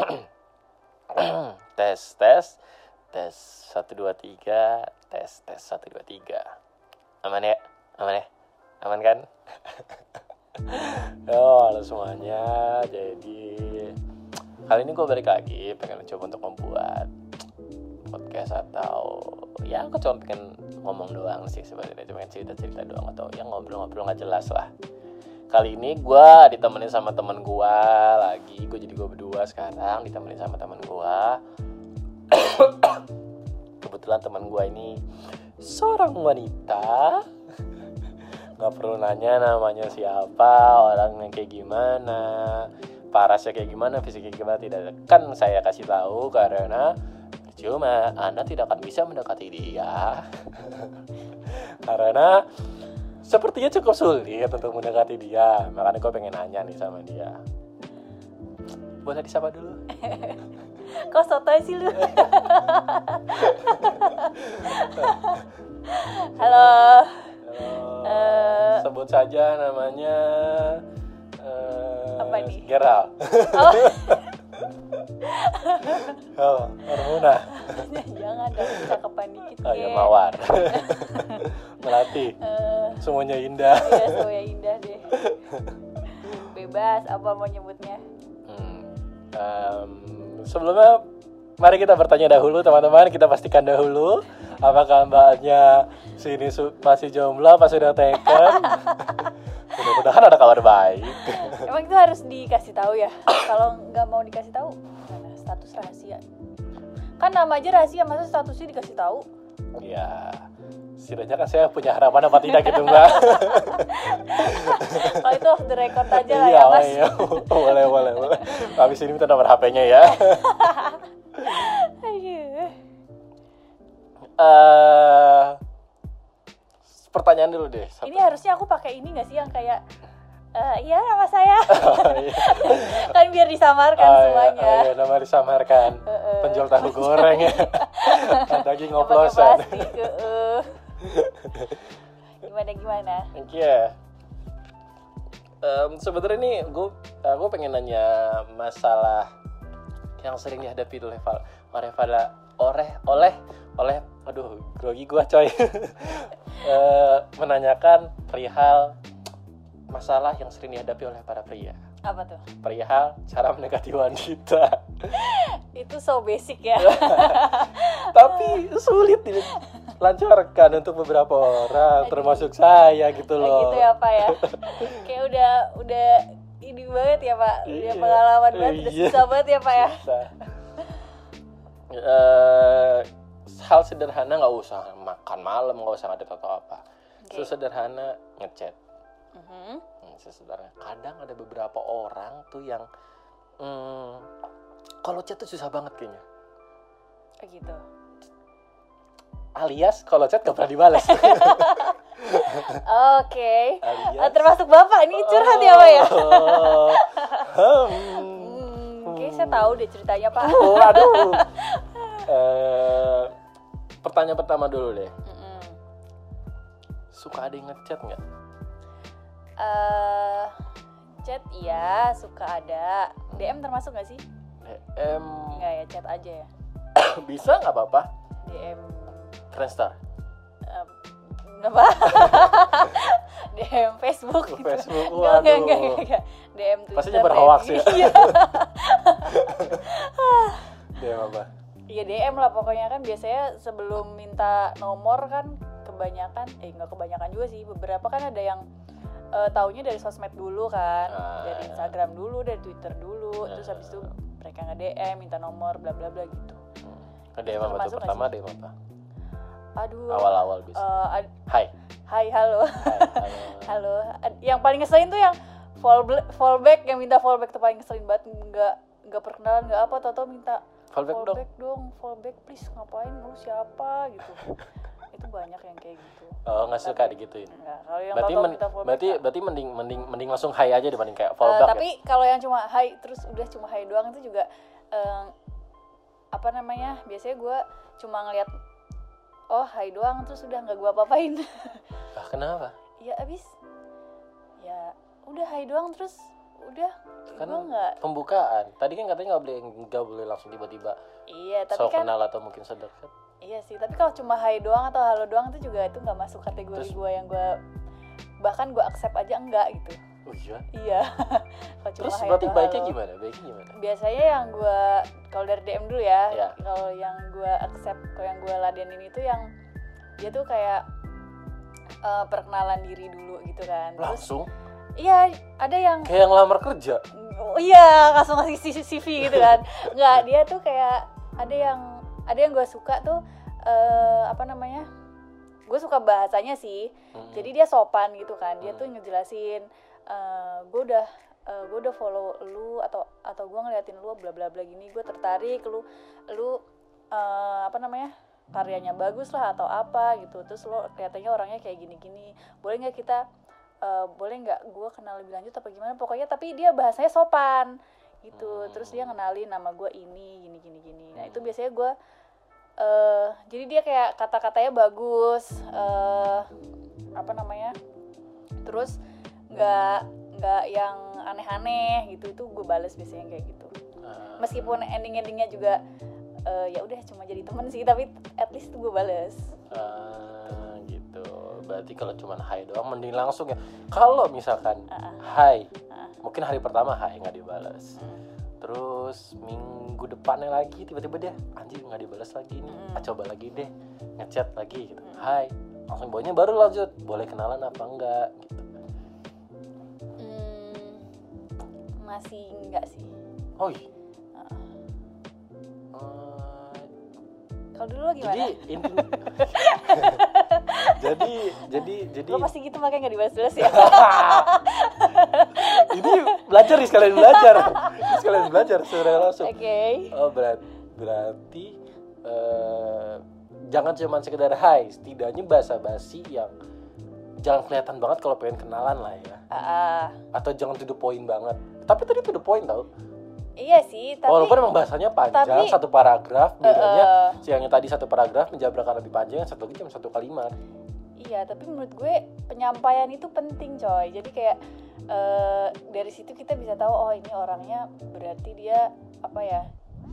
Tes tes tes 1 2 3 tes 1 2 3. Aman ya? Aman kan? Halo semuanya. Jadi kali ini gue balik lagi pengen coba untuk membuat podcast atau ya aku cuma pengen ngomong doang sih sebenarnya, cuma cerita-cerita doang atau yang ngobrol-ngobrol nggak jelas lah. Kali ini gue ditemenin sama temen gue lagi, gue berdua sekarang ditemenin sama temen gue. Kebetulan teman gue ini seorang wanita, nggak perlu nanya namanya siapa, orangnya kayak gimana, parasnya kayak gimana, fisiknya gimana, tidak akan saya kasih tahu karena cuma Anda tidak akan bisa mendekati dia. Karena sepertinya cukup sulit untuk mendekati dia, makanya gue pengen nanya nih sama dia. Boleh disapa dulu? Kok sotoy sih lu? Halo. Sebut saja namanya Apa nih? Gerald. Oh. Halo, Armuna. Jangan dong, cakapan dikit. Oh ya, Mawar. Melati. Semuanya indah. Iya, semuanya indah deh. Bebas, apa mau nyebutnya? Sebelumnya mari kita bertanya dahulu teman-teman, kita pastikan dahulu apakah mbaknya sini masih jomblo apa sudah taken. Mudah-mudahan ada kabar baik. Emang itu harus dikasih tahu ya? Kalau nggak mau dikasih tahu, mana status rahasia? Kan nama aja rahasia, masa statusnya dikasih tahu? Ya, setidaknya kan saya punya harapan apa tidak gitu mbak. Kalau itu off the record aja lah ya mas. Iya, boleh. Habis ini minta nomor HP-nya ya. Pertanyaan dulu deh. Ini harusnya aku pakai ini nggak sih yang kayak iya nama saya. Kan biar disamarkan semuanya. Iya, nama disamarkan. Penjual tahu goreng ya. Daging oplosan. Gimana? Iya. Sebenarnya nih gue pengen nanya masalah yang sering dihadapi oleh aduh grogi gue coy. Menanyakan perihal masalah yang sering dihadapi oleh para pria. Apa tuh? Perihal cara mendekati wanita. Itu so basic ya. Tapi sulit dilancarkan untuk beberapa orang, termasuk saya gitu loh. Gitu ya Pak ya. Kayak udah ini banget ya Pak. Udah pengalaman banget, udah susah banget ya Pak ya. Hal sederhana, nggak usah makan malam, nggak usah ngedate atau apa. Sesederhana ngechat. Sesederhana. Kadang ada beberapa orang tuh yang kalau chat tuh susah banget kayaknya. Gitu. Alias kalau chat gak pernah dibalas. Oke. Termasuk Bapak ini curhat ya Pak ya. Oke, saya tahu deh ceritanya Pak. Aduh. Pertanyaan pertama dulu deh. Suka ada yang ngechat nggak? Chat iya, suka ada. DM termasuk nggak sih? DM Nggak ya, chat aja ya. bisa nggak apa-apa? DM Friendster. Kenapa? DM Facebook gitu. Facebook, Enggak. DM Twitter. Pasti nyebar hoax ya. Iya. DM apa? Iya DM lah pokoknya kan biasanya sebelum minta nomor kan nggak kebanyakan juga sih, beberapa kan ada yang taunya dari sosmed dulu kan, dari Instagram dulu, dari Twitter dulu, terus habis itu mereka nge-DM minta nomor bla bla bla gitu. DM apa tuh? Pertama DM apa? Aduh. Awal-awal bisa. Hai, halo. Halo. Yang paling ngeselin tuh yang fallback, yang minta fallback tuh paling ngeselin banget, nggak perkenalan nggak apa, tau minta fallback dong, fallback please, ngapain lu siapa gitu. Itu banyak yang kayak gitu. Oh, nggak suka digituin. Enggak, kalau yang berarti mending langsung hai aja dibanding kayak fallback. Tapi kalau yang cuma hai terus udah cuma hai doang itu juga biasanya gue cuma ngeliat hai doang terus udah nggak gue apa-apain. Kenapa? Ya abis ya udah hai doang terus udah kan gue nggak. pembukaan. Tadi kan katanya nggak boleh langsung tiba-tiba Iya tapi kan kenal atau mungkin sedekat. iya sih, tapi kalau cuma hai doang atau halo doang itu juga itu nggak masuk kategori gue yang gue bahkan gue accept aja enggak gitu. Oh iya. Iya. Kalau cuma Terus hai berarti atau baiknya halo. gimana? Biasanya yang gue kalau dari DM dulu ya, Ya. kalau yang gue accept, kalau yang gue ladenin itu yang dia tuh kayak perkenalan diri dulu gitu kan. Terus Langsung? iya, ada yang Kayak ngelamar kerja. iya langsung ngasih CV gitu kan. Nggak, dia tuh kayak ada yang gue suka tuh apa namanya, gue suka bahasanya sih. Jadi dia sopan gitu kan, dia tuh ngejelasin gue udah follow lu atau gue ngeliatin lu bla bla bla gini, gue tertarik lu apa namanya, karyanya bagus lah atau apa gitu, terus lo kelihatannya orangnya kayak gini-gini, boleh nggak kita boleh nggak gue kenal lebih lanjut apa gimana, pokoknya tapi dia bahasanya sopan gitu. Terus dia ngenalin nama gue ini gini. Nah itu biasanya gue jadi dia kayak kata-katanya bagus, apa namanya, terus nggak yang aneh-aneh gitu, itu gue bales biasanya kayak gitu. Meskipun endingnya juga ya udah cuma jadi temen sih, tapi at least gue bales. Gitu. Berarti kalau cuma hai doang mending langsung ya. Kalau misalkan hai, mungkin hari pertama hai nggak dibalas. Terus minggu depannya lagi tiba-tiba dia anjir nggak dibalas lagi nih. Coba lagi deh ngechat lagi gitu. Hai, langsung bawahnya baru lanjut. Boleh kenalan apa enggak gitu. Masih enggak sih. Oh iya. Kalau dulu lo gimana? Jadi lo pasti gitu makanya nggak dibalas-balas ya. Ini belajar nih, sekalian belajar secara langsung. Oke. Oh berarti jangan cuma sekedar hai, setidaknya basa-basi yang jangan kelihatan banget kalau pengen kenalan lah ya. Atau jangan to the point banget. Tapi tadi to the point tau. Iya sih, tapi walaupun emang bahasanya panjang, satu paragraf, bedanya yang tadi satu paragraf menjabarkan lebih panjang, yang satu lagi cuma satu kalimat. Iya, tapi menurut gue penyampaian itu penting coy. Jadi kayak dari situ kita bisa tahu oh ini orangnya berarti dia apa ya,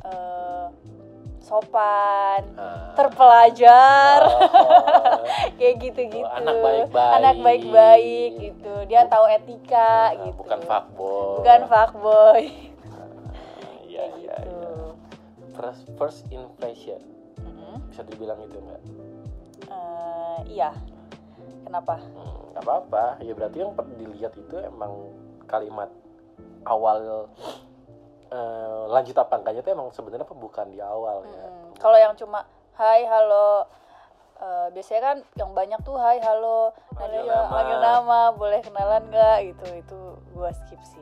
sopan, terpelajar, kayak gitu-gitu. Anak baik-baik. Anak baik-baik gitu. Dia tahu etika gitu. Bukan fuckboy. Bukan fuckboy. Iya. First impression. Bisa dibilang itu enggak? Iya. Kenapa? Gak apa-apa. Ya berarti yang dilihat itu emang kalimat awal lanjut apa enggaknya itu emang sebenarnya bukan di awal ya. Kalau yang cuma hai halo, biasanya kan yang banyak tuh hai halo, panggil nama, boleh kenalan nggak gitu, itu gua skip sih.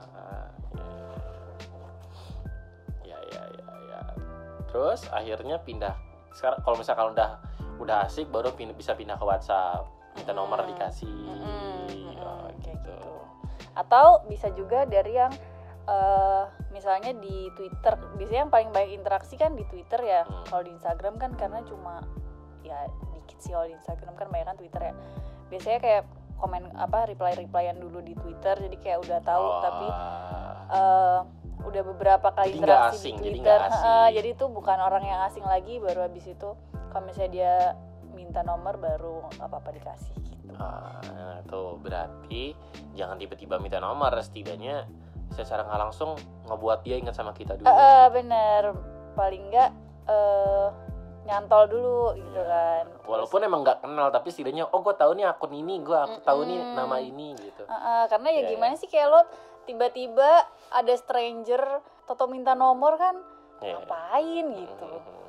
Ya. Terus akhirnya pindah. Sekarang kalau misalkan udah asik baru bisa pindah ke WhatsApp, minta nomor dikasih. Kayak gitu. Atau bisa juga dari yang misalnya di Twitter, biasanya yang paling banyak interaksi kan di Twitter ya. Kalau di Instagram kan karena cuma ya dikit sih, kalau di Instagram kan banyak kan Twitter ya. Biasanya kayak komen replyan dulu di Twitter, jadi kayak udah tahu tapi udah beberapa kali interaksi di Twitter. Jadi itu bukan orang yang asing lagi, baru habis itu kalau misalnya dia minta nomor baru apa-apa dikasih gitu. Tuh berarti jangan tiba-tiba minta nomor, setidaknya secara nggak langsung ngebuat dia ingat sama kita dulu. Bener, paling nggak nyantol dulu gitu kan. Walaupun emang nggak kenal, tapi setidaknya gue tahu nih akun ini, gue tahu nih nama ini gitu. Karena ya gimana sih kayak lo tiba-tiba ada stranger atau minta nomor kan, ngapain gitu.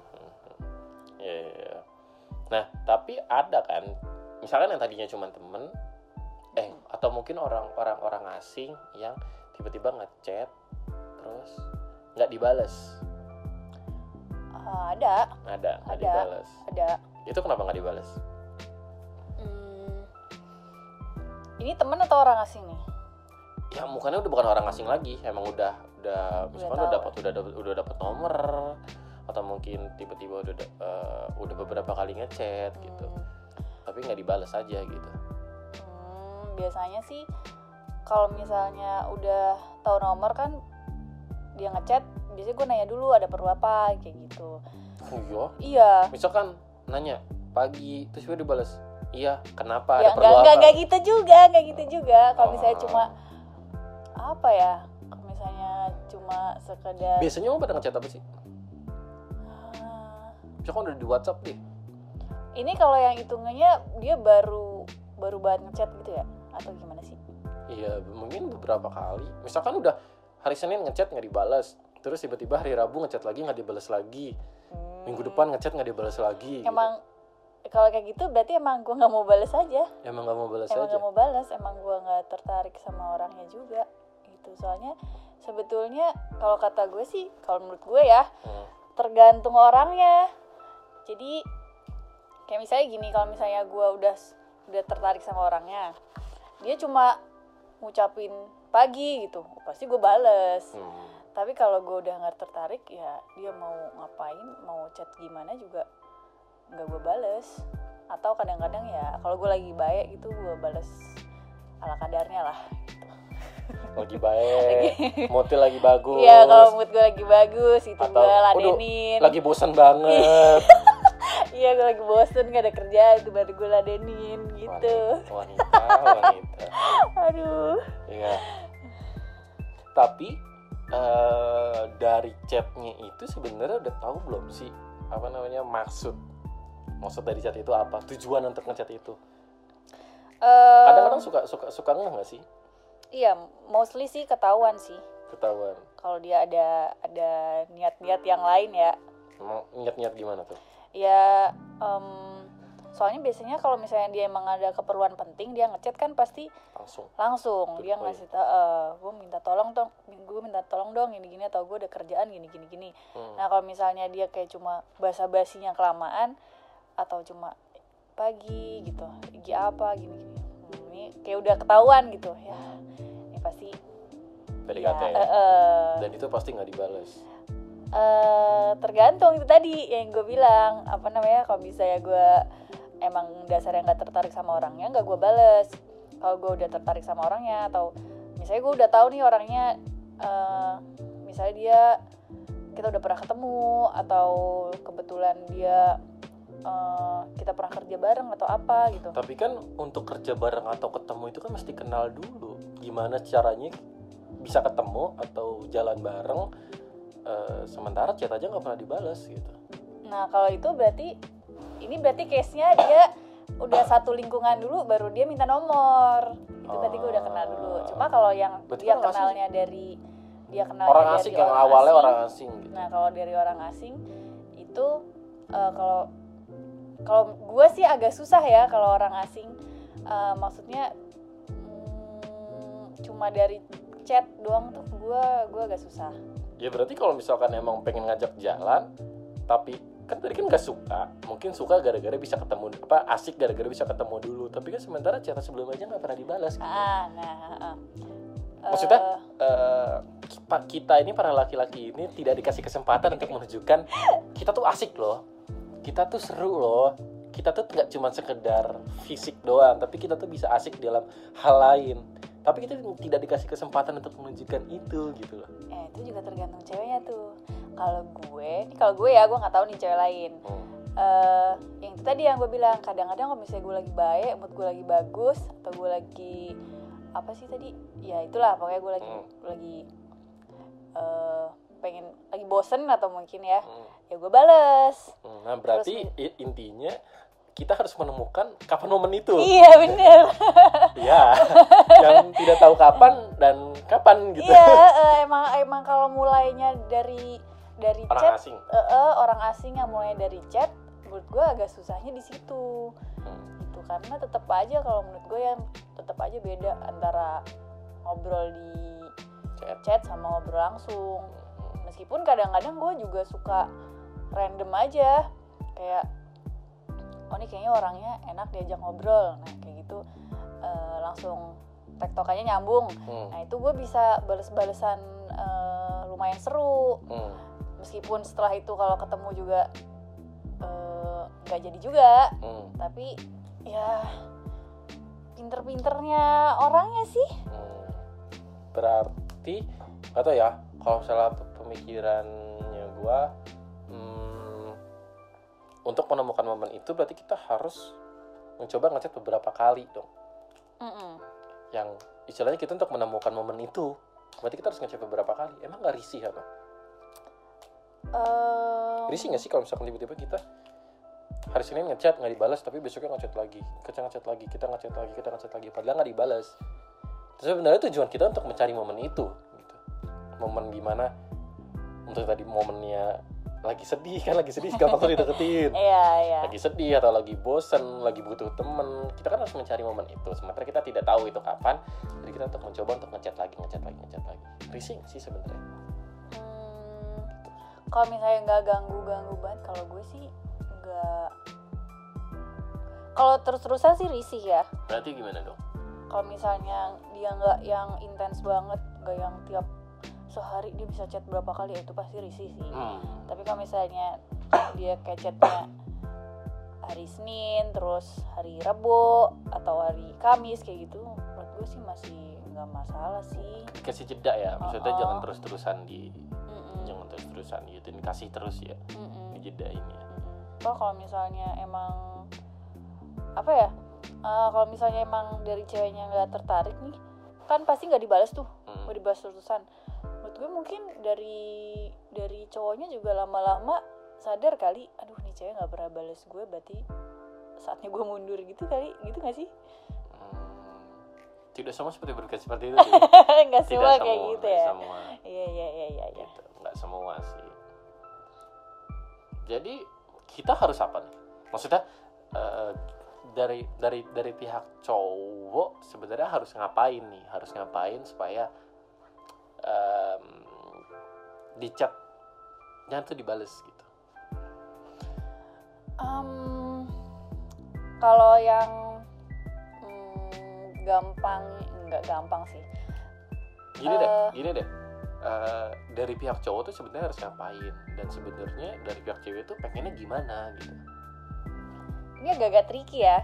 Nah tapi ada kan, misalkan yang tadinya cuma temen, atau mungkin orang asing yang tiba-tiba ngechat terus nggak dibales. Ada. Dibales. Ada. Itu kenapa nggak dibales? Ini temen atau orang asing nih? Ya mukanya udah bukan orang asing lagi, emang udah misalkan udah dapat nomor, atau mungkin tiba-tiba udah beberapa kali ngechat gitu, tapi nggak dibales aja gitu. Biasanya sih kalau misalnya udah tahu nomor kan dia ngechat, biasanya gue nanya dulu ada perlu apa kayak gitu. Iya. Misalkan nanya pagi terus gue dibalas, iya kenapa, ya, ada perlu apa? Enggak gitu juga. Kalau misalnya cuma apa ya? Kalau misalnya cuma sekedar. Biasanya lo pada ngechat apa sih? Misalkan udah di WhatsApp deh. Ini kalau yang hitungannya dia baru banget ngechat gitu ya? Atau gimana sih? Iya, mungkin beberapa kali. Misalkan udah hari Senin ngechat nggak dibalas, terus tiba-tiba hari Rabu ngechat lagi nggak dibalas lagi, minggu depan ngechat nggak dibalas lagi. Emang gitu. Kalau kayak gitu berarti emang gue nggak mau balas aja. Emang nggak mau balas aja. Emang nggak mau balas, emang gue nggak tertarik sama orangnya juga. Gitu. Soalnya sebetulnya kalau kata gue sih, kalau menurut gue ya, tergantung orangnya. Jadi kayak misalnya gini, kalau misalnya gue udah tertarik sama orangnya, dia cuma ngucapin pagi gitu, pasti gue bales. Tapi kalau gue udah nggak tertarik, ya dia mau ngapain, mau chat gimana juga nggak gue bales. Atau kadang-kadang ya kalau gue lagi baik gitu, gue bales ala kadarnya lah gitu. Lagi baik, moodnya lagi bagus. Iya, kalau mood gue lagi bagus itu gue ladenin. Lagi bosan banget. Iya, gue lagi bosen gak ada kerjaan, itu baru gue ladenin gitu. Wanita. Aduh. Iya. Tapi dari chatnya itu sebenarnya udah tahu belum sih apa namanya maksud dari chat itu apa, tujuan untuk ngechat itu? Kadang-kadang suka nggak sih? Iya, mostly sih ketahuan sih. Ketahuan. Kalau dia ada niat-niat yang lain ya. Mau niat-niat gimana tuh? Ya, soalnya biasanya kalau misalnya dia emang ada keperluan penting, dia ngechat kan pasti langsung. Dia ngasih gue minta tolong dong gini-gini, atau gue ada kerjaan gini. Nah kalau misalnya dia kayak cuma basa-basinya kelamaan, atau cuma pagi gitu, lagi apa gini, ini kayak udah ketahuan gitu ya, ini pasti PDKT ya, dan itu pasti nggak dibalas. Tergantung itu tadi yang gue bilang, apa namanya, kalau misalnya gue emang dasarnya nggak tertarik sama orangnya, nggak gue bales. Kalau gue udah tertarik sama orangnya, atau misalnya gue udah tahu nih orangnya, misalnya kita udah pernah ketemu, atau kebetulan dia kita pernah kerja bareng atau apa gitu. Tapi kan untuk kerja bareng atau ketemu itu kan mesti kenal dulu. Gimana caranya bisa ketemu atau jalan bareng, sementara chat aja nggak pernah dibalas gitu. Nah kalau itu berarti case-nya dia udah satu lingkungan dulu, baru dia minta nomor. Itu berarti gue udah kenal dulu. Cuma kalau yang berarti dia kenalnya dari orang asing, yang awalnya orang asing gitu. Nah kalau dari orang asing itu kalau gue sih agak susah ya kalau orang asing, maksudnya cuma dari chat doang tuh gue agak susah. Ya berarti kalau misalkan emang pengen ngajak jalan, tapi kan tadi kan nggak suka, mungkin suka gara-gara bisa ketemu, asik gara-gara bisa ketemu dulu, tapi kan sementara chat sebelum aja nggak pernah dibalas gitu. Maksudnya kita ini para laki-laki ini tidak dikasih kesempatan untuk menunjukkan kita tuh asik loh, kita tuh seru loh, kita tuh nggak cuma sekedar fisik doang, tapi kita tuh bisa asik dalam hal lain. Tapi kita tidak dikasih kesempatan untuk menunjukkan itu gitu loh. Itu juga tergantung ceweknya tuh. Kalau gue ya, gue nggak tahu nih cewek lain. Yang itu tadi yang gue bilang, kadang-kadang kalau misalnya gue lagi baik, mood gue lagi bagus, atau gue lagi apa sih tadi? Ya itulah, pokoknya gue lagi pengen, lagi bosen atau mungkin ya gue bales. Nah berarti intinya kita harus menemukan kapan momen itu. Iya benar. Iya, yang tidak tahu kapan dan kapan gitu. Iya, emang kalau mulainya dari orang chat, asing. Orang asing yang mulai dari chat, menurut gue agak susahnya di situ. Itu karena tetap aja kalau menurut gue ya tetap aja beda antara ngobrol di chat sama ngobrol langsung. Meskipun kadang-kadang gue juga suka random aja, kayak ini kayaknya orangnya enak diajak ngobrol, nah kayak gitu langsung tektokannya nyambung. Nah itu gue bisa bales-balesan lumayan seru. Meskipun setelah itu kalau ketemu juga nggak jadi juga, tapi ya pinter-pinternya orangnya sih. berarti atau ya kalau misalnya pemikirannya gue untuk menemukan momen itu berarti kita harus mencoba ngechat beberapa kali dong. Yang istilahnya kita untuk menemukan momen itu berarti kita harus ngechat beberapa kali. Emang nggak risih apa? Risih nggak sih kalau misalkan tiba-tiba kita hari Senin ngechat nggak dibalas tapi besoknya ngechat lagi, kita ngechat lagi padahal nggak dibalas. Terus sebenarnya tujuan kita untuk mencari momen itu gitu. Momen gimana untuk tadi momennya lagi sedih gampang tuh dideketin. Iya. Lagi sedih atau lagi bosen, lagi butuh temen, kita kan harus mencari momen itu. Sementara kita tidak tahu itu kapan, jadi kita untuk mencoba untuk ngechat lagi. Risih nggak sih sebenarnya? Kalau misalnya nggak ganggu banget, kalau gue sih nggak. Kalau terus-terusan sih risih ya. Berarti gimana dong? Kalau misalnya dia nggak yang intens banget, nggak yang tiap sehari dia bisa chat berapa kali, itu pasti risih sih. Tapi kalau misalnya dia kayak chatnya hari Senin terus hari Rabu atau hari Kamis kayak gitu, menurut gue sih masih nggak masalah sih. Dikasih jeda ya, maksudnya jangan terus-terusan gitu, dikasih terus ya, jeda ini ya. Kalau misalnya emang apa ya, kalau misalnya emang dari ceweknya nggak tertarik nih, kan pasti nggak dibalas tuh, nggak dibalas terusan. Menurut gue mungkin dari cowoknya juga lama-lama sadar kali, aduh nih cewek nggak pernah balas gue, berarti saatnya gue mundur gitu kali, gitu nggak sih? Tidak semua seperti itu. Nggak semua kayak gitu ya. Semua. Iya. Gitu. Nggak semua sih. Jadi kita harus apa nih? Maksudnya dari pihak cowok sebenarnya harus ngapain nih? Harus ngapain supaya di chatnya tuh dibales gitu? Kalau yang nggak gampang sih. Gini deh. Dari pihak cowok tuh sebenarnya harus ngapain, dan sebenarnya dari pihak cewek tuh pengennya gimana gitu. Ini agak tricky ya.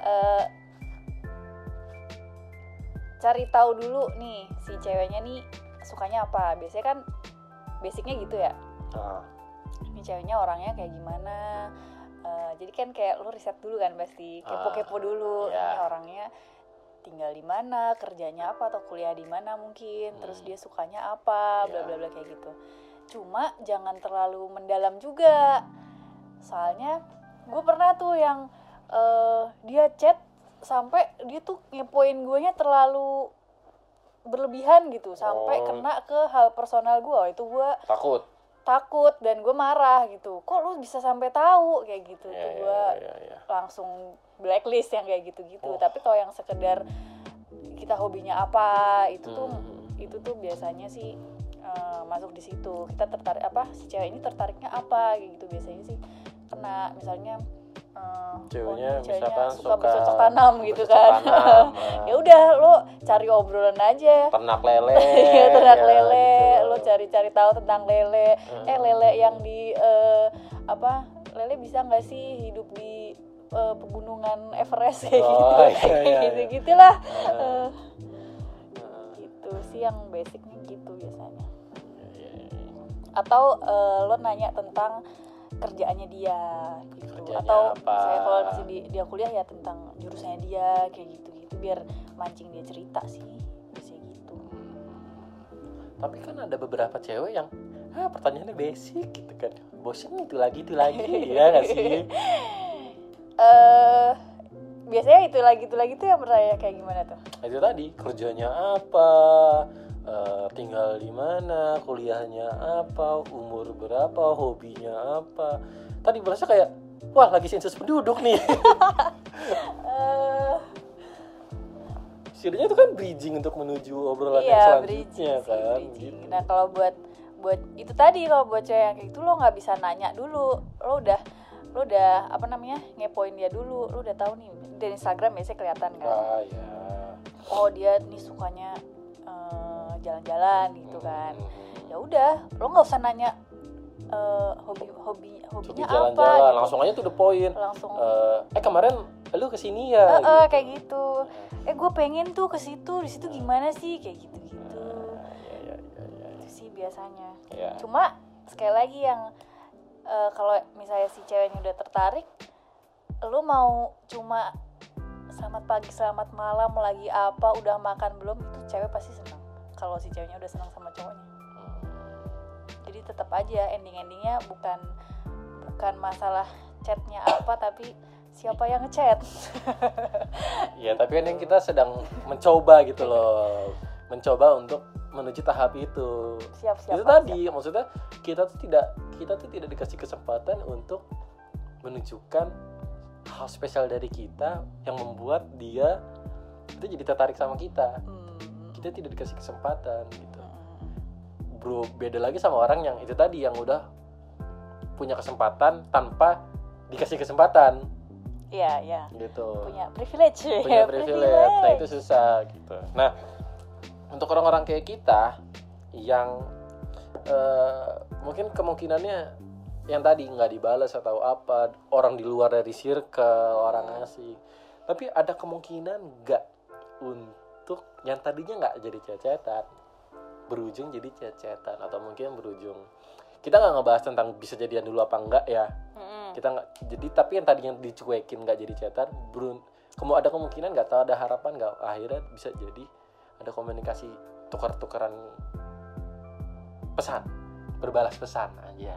Cari tahu dulu nih si ceweknya nih sukanya apa. Biasanya kan basicnya gitu ya. Ini ceweknya orangnya kayak gimana. Jadi kan kayak lu riset dulu kan, pasti kepo-kepo dulu. Ini orangnya tinggal di mana, kerjanya apa, atau kuliah di mana mungkin, terus dia sukanya apa, bla bla bla kayak gitu. Cuma jangan terlalu mendalam juga. Soalnya gue pernah tuh yang dia chat sampai dia tuh ngepoin guenya terlalu berlebihan gitu, sampai kena ke hal personal gue. Itu gue takut dan gue marah gitu. Kok lu bisa sampai tahu kayak gitu? Tuh gue langsung blacklist yang kayak gitu-gitu. Tapi kalau yang sekedar kita hobinya apa, itu tuh biasanya sih masuk di situ. Kita tertarik apa, si cewek ini tertariknya apa kayak gitu, biasanya sih kena. Misalnya ceweknya misalkan suka bercocok tanam gitu kan. Ya udah lo cari obrolan aja. Ternak lele. Ternak lele, gitu. Lo cari tahu tentang lele. Lele yang di lele bisa nggak sih hidup di pegunungan Everest kayak gitu-gitulah. Gitu sih yang basicnya gitu biasanya. Atau lo nanya tentang kerjaannya dia gitu. Atau saya kalau masih dia kuliah ya tentang jurusannya dia kayak gitu biar mancing dia cerita sih, biasanya gitu. Tapi kan ada beberapa cewek yang pertanyaannya basic gitu kan, bosen itu lagi ya nggak sih? Biasanya itu lagi tuh yang bertanya kayak gimana tuh? Itu tadi, kerjanya apa, tinggal di mana, kuliahnya apa, umur berapa, hobinya apa. Tadi berasa kayak, wah lagi sensus penduduk nih. Sebenarnya itu kan bridging untuk menuju obrolan yang selanjutnya kan. Gitu. Nah kalau buat itu tadi, kalau buat cewek yang kayak gitu lo nggak bisa nanya dulu, lo udah ngepoin dia dulu, lo udah tahu nih dari Instagram biasanya kelihatan kan. Oh dia nih sukanya jalan-jalan gitu kan. Ya udah, lo nggak usah nanya hobinya jalan-jalan, apa gitu. Langsung aja tuh the point. Langsung kemarin lu kesini ya kayak gitu. Gue pengen tuh ke situ, di situ gimana sih kayak gitu biasanya. Yeah. Cuma sekali lagi yang kalau misalnya si ceweknya udah tertarik, lu mau cuma selamat pagi, selamat malam, lagi apa, udah makan belum, itu cewek pasti senang. Kalau si ceweknya udah senang sama cowoknya. Jadi tetap aja ending-endingnya bukan masalah chatnya apa, tapi siapa yang ngechat. Ya, tapi kan yang kita sedang mencoba gitu loh. Mencoba untuk menuju tahap itu. Siap. Itu tadi, maksudnya kita tuh tidak dikasih kesempatan untuk menunjukkan hal spesial dari kita yang membuat dia itu jadi tertarik sama kita. Kita tidak dikasih kesempatan gitu. Bro, beda lagi sama orang yang itu tadi, yang udah punya kesempatan tanpa dikasih kesempatan. Iya. Gitu. Punya privilege. Nah, itu susah gitu. Nah, untuk orang-orang kayak kita yang mungkin kemungkinannya yang tadi nggak dibalas atau apa, orang di luar dari circle, orang asing. Tapi ada kemungkinan nggak untuk yang tadinya nggak jadi cecetan berujung jadi cecetan, atau mungkin berujung, kita nggak ngebahas tentang bisa jadian dulu apa enggak ya. Kita nggak jadi, tapi yang tadinya dicuekin nggak jadi cecetan, ada kemungkinan nggak, tahu ada harapan nggak akhirnya bisa jadi ada komunikasi, tukar-tukaran pesan, berbalas pesan aja.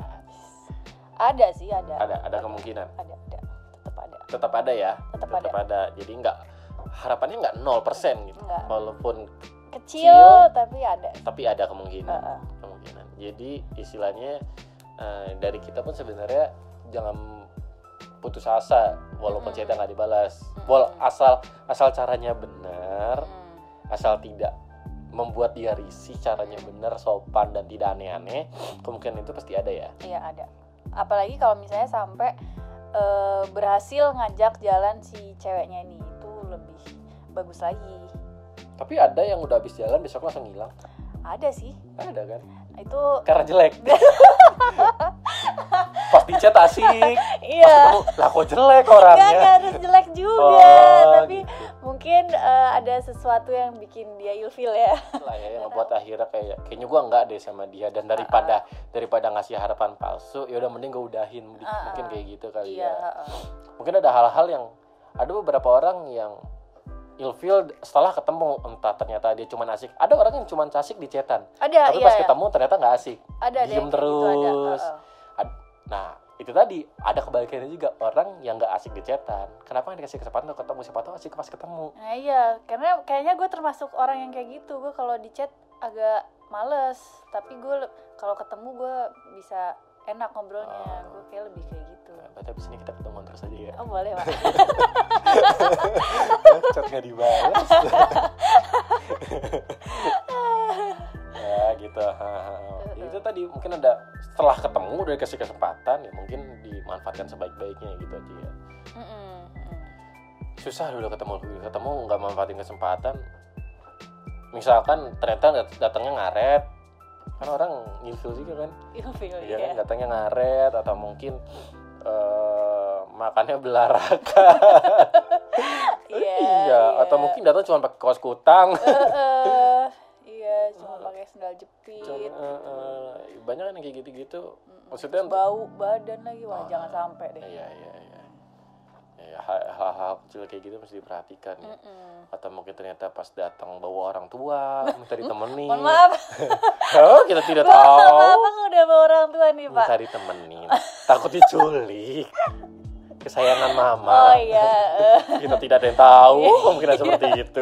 Ada sih, ada kemungkinan. Ada. Tetap ada ya. Tetap ada. Jadi harapannya nggak 0% gitu. Enggak. Walaupun kecil tapi ada kemungkinan. Jadi istilahnya dari kita pun sebenarnya jangan putus asa walaupun chatnya nggak dibalas. Asal caranya benar, asal tidak membuat dia risih, caranya benar, sopan dan tidak aneh-aneh, kemungkinan itu pasti ada ya. Iya, ada. Apalagi kalau misalnya sampai berhasil ngajak jalan si ceweknya ini, itu lebih bagus lagi. Tapi ada yang udah habis jalan besok langsung hilang. Ada sih. Ada kan? Itu karena jelek. Pas di chat asik. Iya. Lah kok jelek orangnya? Nggak harus jelek juga, tapi gitu. Mungkin ada sesuatu yang bikin dia ilfil ya. Lah ya, yang ngebuat akhirnya kayaknya gue nggak deh sama dia, dan daripada ngasih harapan palsu, ya udah mending gue udahin. Mungkin kayak gitu kali ya. Mungkin ada hal-hal yang ada beberapa orang yang ilfil setelah ketemu, entah ternyata dia cuma asik. Ada orang yang cuma asik di chatan, tapi pas ketemu ternyata nggak asik, diem terus. Gitu, Nah itu tadi ada kebalikannya juga, orang yang nggak asik di chatan, kenapa nggak dikasih kesempatan untuk ketemu, siapa tahu asik pas ketemu. Nah iya, karena kayaknya gue termasuk orang yang kayak gitu. Gue kalau di chat agak males, tapi gue kalau ketemu gue bisa enak ngobrolnya. Gue kayak lebih kayak gitu. Berarti abis ini kita ketemuan terus aja ya. Oh boleh Pak. Chat nggak dibalas. Ya gitu. Itu tadi mungkin ada, setelah ketemu udah dikasih kesempatan, ya mungkin dimanfaatkan sebaik-baiknya gitu aja ya. Susah dulu ketemu nggak manfaatin kesempatan. Misalkan ternyata datangnya ngaret, kan orang ilfil juga kan. Iya kan, datangnya ngaret, atau mungkin makannya belarakan. Iya, atau mungkin datang cuma pakai kaos kutang. Iya, cuma pakai sendal jepit. Banyak kan yang kayak gitu-gitu. Maksudnya bau badan lagi, wah jangan sampai deh. Iya. Hal-hal kecil kayak gitu mesti diperhatikan ya. Atau mungkin ternyata pas datang bawa orang tua, minta ditemenin. Mohon maaf. Oh, kita tidak tahu. Maaf, aku udah bawa orang tua nih Pak. Minta ditemenin, takut diculik. Kesayangan mama. Oh iya. Kita tidak ada yang tahu kemungkinan seperti itu.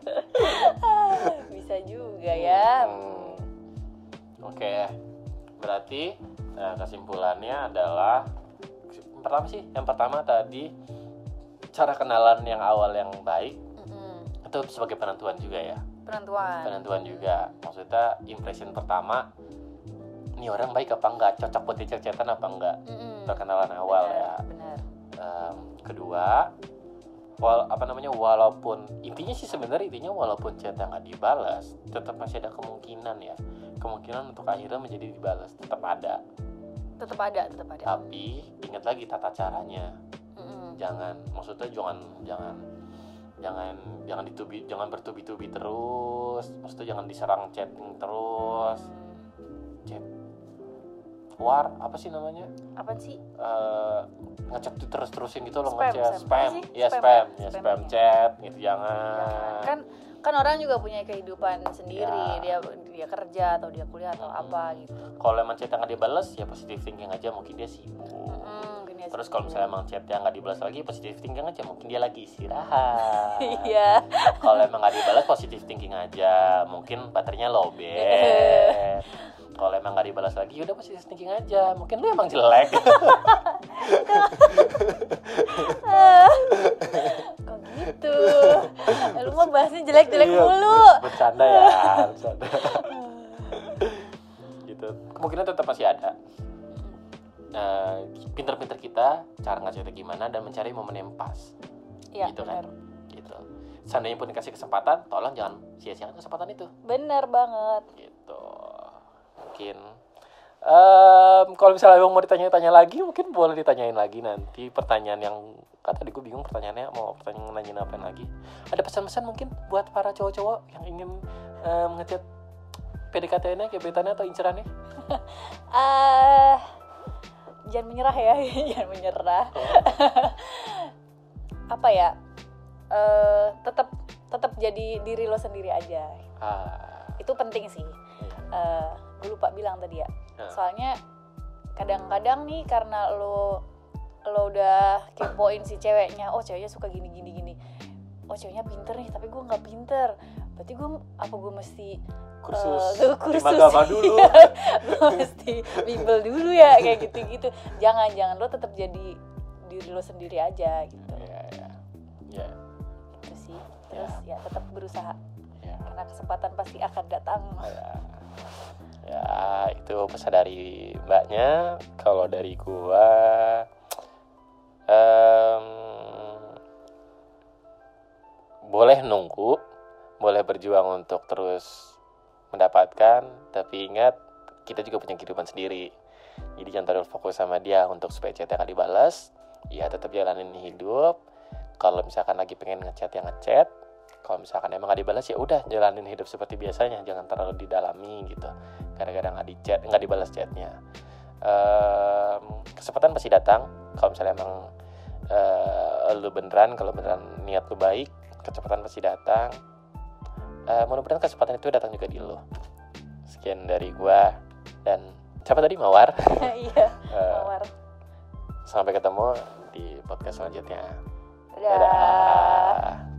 Bisa juga ya. Oke. Berarti kesimpulannya adalah yang pertama tadi, cara kenalan yang awal yang baik itu sebagai penentuan juga ya. Penentuan juga. Maksudnya impression pertama, ini orang baik apa enggak, cocok buat dicet-cetan apa enggak. Perkenalan awal ya. Benar. Kedua, walaupun walaupun chatnya nggak dibalas, tetap masih ada kemungkinan untuk akhirnya menjadi dibalas, tetap ada. Tapi ingat lagi tata caranya. Jangan bertubi-tubi terus. Maksudnya jangan diserang chatting terus. apa sih namanya? Apa sih? Ngechat terus-terusin gitu loh, Spam. ngechat spam. Ya, Spam chat gitu, jangan. Kan orang juga punya kehidupan sendiri, Ya. dia kerja atau dia kuliah atau apa gitu. Kalau emang chat nggak dibalas ya positive thinking aja, mungkin dia sibuk. Terus kalau misalnya emang chatnya nggak dibalas lagi, positive thinking aja, mungkin dia lagi istirahat. Iya. Kalau emang nggak dibalas, positive thinking aja, mungkin baterainya lowbat. Kalau emang nggak dibalas lagi, udah positive thinking aja, mungkin lu emang jelek. Kok gitu? Lu mah bahasnya jelek-jelek mulu. Bercanda ya, bercanda. Gitu. Kemungkinan tetap masih ada. Pinter-pinter kita cara ngechatnya gimana dan mencari momen yang pas. Iya, gitu bener. kan. Gitu. Seandainya pun dikasih kesempatan, tolong jangan sia-siakan kesempatan itu. Bener banget. Gitu. Mungkin kalau misalnya mau ditanya-tanya lagi, mungkin boleh ditanyain lagi nanti pertanyaan yang tadi gue bingung pertanyaannya mau nanyain apa lagi. Ada pesan-pesan mungkin buat para cowok-cowok yang ingin ngechat PDKT-nya, gebetannya atau incerannya? Jangan menyerah ya, jangan menyerah. Apa ya? Tetap jadi diri lo sendiri aja. Itu penting sih. Gue lupa bilang tadi ya. Soalnya kadang-kadang nih karena lo udah kepoin si ceweknya, oh ceweknya suka gini. Oh ceweknya pinter nih, tapi gue nggak pinter. Berarti gue mesti kursus agama dulu. Gue mesti bimbel dulu ya, kayak gitu. Jangan lo tetap jadi diri lo sendiri aja gitu. Ya. Itu sih. Terus ya tetap berusaha. Karena kesempatan pasti akan datang. Ya, itu pesan dari mbaknya. Kalau dari gua boleh nunggu, boleh berjuang untuk terus mendapatkan, tapi ingat kita juga punya kehidupan sendiri. Jadi jangan terlalu fokus sama dia untuk supaya chatnya gak dibalas. Ya tetap jalanin hidup. Kalau misalkan lagi pengen ngechat ya ngechat. Kalau misalkan emang gak dibalas ya udah jalanin hidup seperti biasanya, jangan terlalu didalami gitu. Gara-gara nggak dibalas chatnya. Kesempatan pasti datang. Kalau misalnya emang kalau beneran niat lu baik, kesempatan pasti datang. Mudah-mudahan kesempatan itu datang juga di lu. Sekian dari gua dan siapa tadi? Mawar. Iya, Mawar. Sampai ketemu di podcast selanjutnya. Dadah.